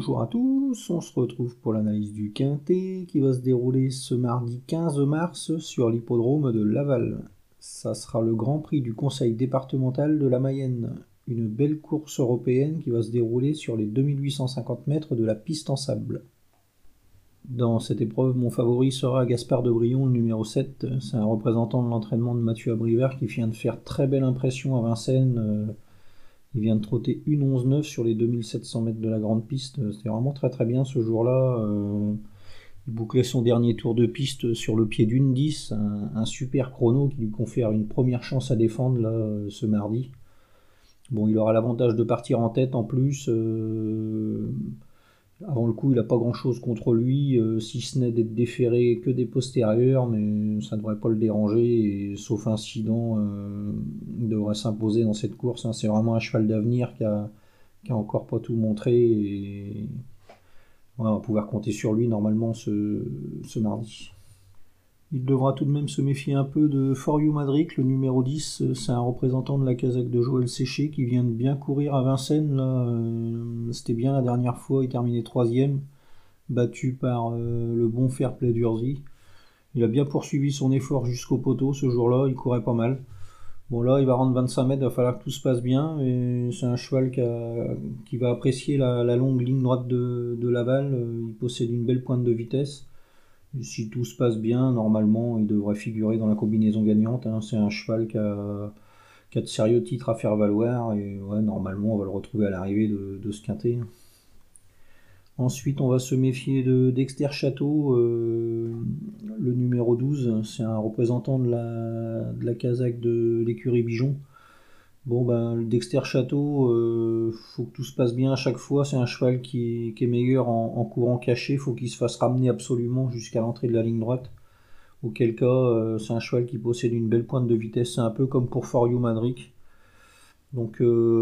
Bonjour à tous, on se retrouve pour l'analyse du Quintet qui va se dérouler ce mardi 15 mars sur l'hippodrome de Laval. Ça sera le Grand Prix du Conseil départemental de la Mayenne, une belle course européenne qui va se dérouler sur les 2850 mètres de la piste en sable. Dans cette épreuve, mon favori sera Gaspard de Brion, le numéro 7. C'est un représentant de l'entraînement de Mathieu Abrivard qui vient de faire très belle impression à Vincennes. Il vient de trotter 1,11,9 sur les 2700 mètres de la grande piste. C'était vraiment très très bien ce jour-là. Il bouclait son dernier tour de piste sur le pied d'une 10, un super chrono qui lui confère une première chance à défendre là, ce mardi. Bon, il aura l'avantage de partir en tête en plus. Avant le coup, il n'a pas grand-chose contre lui, si ce n'est d'être déféré que des postérieurs, mais ça ne devrait pas le déranger, et, sauf incident, il devrait s'imposer dans cette course. C'est vraiment un cheval d'avenir qui a encore pas tout montré, et voilà, on va pouvoir compter sur lui normalement ce mardi. Il devra tout de même se méfier un peu de For You Madric, le numéro 10. C'est un représentant de la casaque de Joël Séché qui vient de bien courir à Vincennes. Là, c'était bien la dernière fois, il terminait 3ème, battu par le bon Fair Play d'Urzy. Il a bien poursuivi son effort jusqu'au poteau ce jour-là, il courait pas mal. Bon là, il va rendre 25 mètres, il va falloir que tout se passe bien. Et c'est un cheval qui va apprécier la longue ligne droite de Laval. Il possède une belle pointe de vitesse. Si tout se passe bien, normalement, il devrait figurer dans la combinaison gagnante. C'est un cheval qui a de sérieux titres à faire valoir. Et ouais, normalement, on va le retrouver à l'arrivée de ce quintet. Ensuite, on va se méfier de Dexter Château, le numéro 12. C'est un représentant de la casaque de l'écurie Bijon. Bon, ben, le Dexter Château, faut que tout se passe bien à chaque fois. C'est un cheval qui est meilleur en courant caché. Faut qu'il se fasse ramener absolument jusqu'à l'entrée de la ligne droite. Auquel cas, c'est un cheval qui possède une belle pointe de vitesse. C'est un peu comme pour For You Madric. Donc,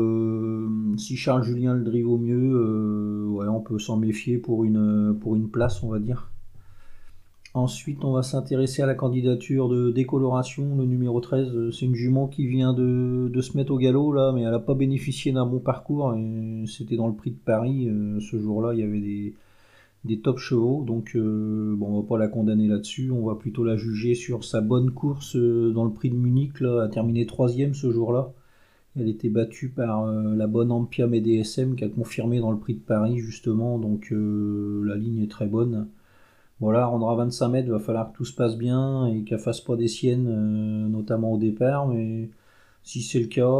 si Charles Julien le drive au mieux, ouais, on peut s'en méfier pour une place, on va dire. Ensuite, on va s'intéresser à la candidature de décoloration, le numéro 13. C'est une jument qui vient de se mettre au galop, là, mais elle n'a pas bénéficié d'un bon parcours. Et c'était dans le prix de Paris. Ce jour-là, il y avait des top chevaux. Donc, bon, on va pas la condamner là-dessus. On va plutôt la juger sur sa bonne course dans le prix de Munich. Là, elle a terminé 3ème ce jour-là. Elle était battue par la bonne Ampiam et DSM qui a confirmé dans le prix de Paris, justement. Donc, la ligne est très bonne. Voilà, on rendra 25 mètres, il va falloir que tout se passe bien et qu'elle fasse pas des siennes, notamment au départ. Mais si c'est le cas,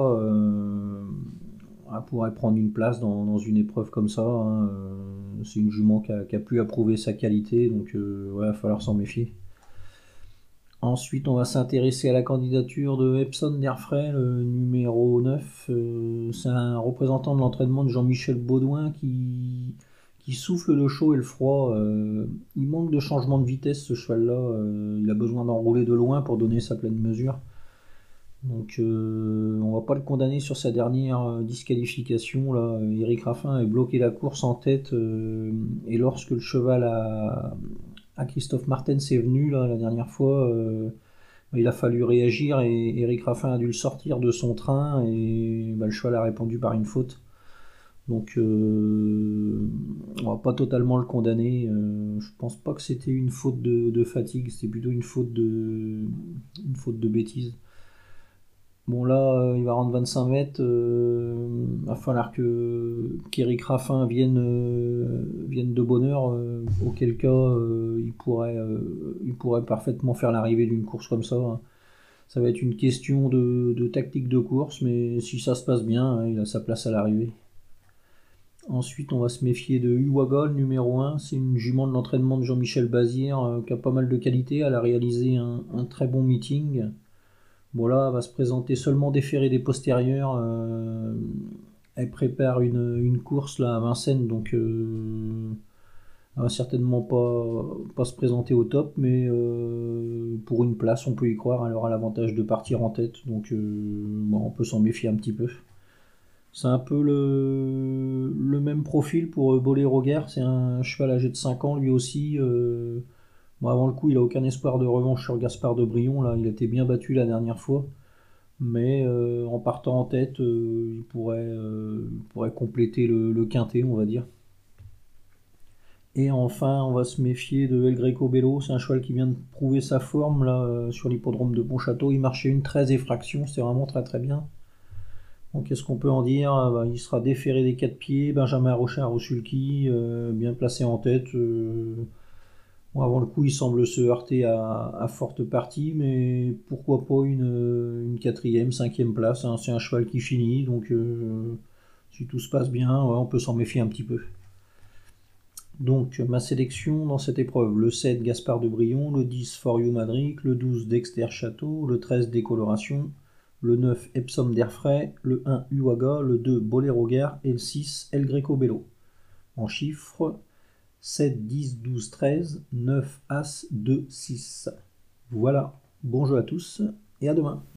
elle pourrait prendre une place dans une épreuve comme ça. C'est une jument qui a pu approuver sa qualité, donc ouais, il va falloir s'en méfier. Ensuite, on va s'intéresser à la candidature de Epson d'Airfray, le numéro 9. C'est un représentant de l'entraînement de Jean-Michel Baudouin qui souffle le chaud et le froid. Il manque de changement de vitesse, ce cheval-là. Il a besoin d'enrouler de loin pour donner sa pleine mesure. Donc, on va pas le condamner sur sa dernière disqualification. Là, Eric Raffin a bloqué la course en tête. Et lorsque le cheval à Christophe Martens est venu là, la dernière fois, il a fallu réagir et Eric Raffin a dû le sortir de son train et le cheval a répondu par une faute. Donc on va pas totalement le condamner. Je pense pas que c'était une faute de fatigue, c'était plutôt une faute de bêtise. Bon là, il va rendre 25 mètres. Il va falloir qu'Éric Raffin vienne de bonne heure, auquel cas il pourrait parfaitement faire l'arrivée d'une course comme ça. Ça va être une question de tactique de course, mais si ça se passe bien, il a sa place à l'arrivée. Ensuite, on va se méfier de Uwaga, le numéro 1. C'est une jument de l'entraînement de Jean-Michel Bazir qui a pas mal de qualité. Elle a réalisé un très bon meeting. Bon là, elle va se présenter seulement déférée des postérieurs. Elle prépare une course là à Vincennes, donc elle va certainement pas se présenter au top, mais pour une place, on peut y croire. Elle aura l'avantage de partir en tête, donc bon, on peut s'en méfier un petit peu. C'est un peu le même profil pour Boléro Guerre. C'est un cheval âgé de 5 ans lui aussi. Bon, avant le coup, il a aucun espoir de revanche sur Gaspard de Brion. Là, il a été bien battu la dernière fois. Mais en partant en tête, il pourrait compléter le quintet, on va dire. Et enfin, on va se méfier de El Greco Bello. C'est un cheval qui vient de prouver sa forme là sur l'hippodrome de Pontchâteau. Il marchait une 13 effraction, c'était vraiment très très bien. Donc qu'est-ce qu'on peut en dire? Il sera déféré des 4 pieds. Benjamin Rochard au sulky, bien placé en tête. Bon, avant le coup, il semble se heurter à forte partie, mais pourquoi pas une quatrième, cinquième place, hein. C'est un cheval qui finit, donc si tout se passe bien, ouais, on peut s'en méfier un petit peu. Donc ma sélection dans cette épreuve: le 7 Gaspard de Brion, le 10 For You Madric, le 12 Dexter Château, le 13 Décoloration, le 9 Epsom d'Airfray, le 1 Uwaga, le 2 Bolero Gare et le 6 El Greco Bello. En chiffres: 7, 10, 12, 13, 9, As, 2, 6. Voilà, bon jeu à tous et à demain.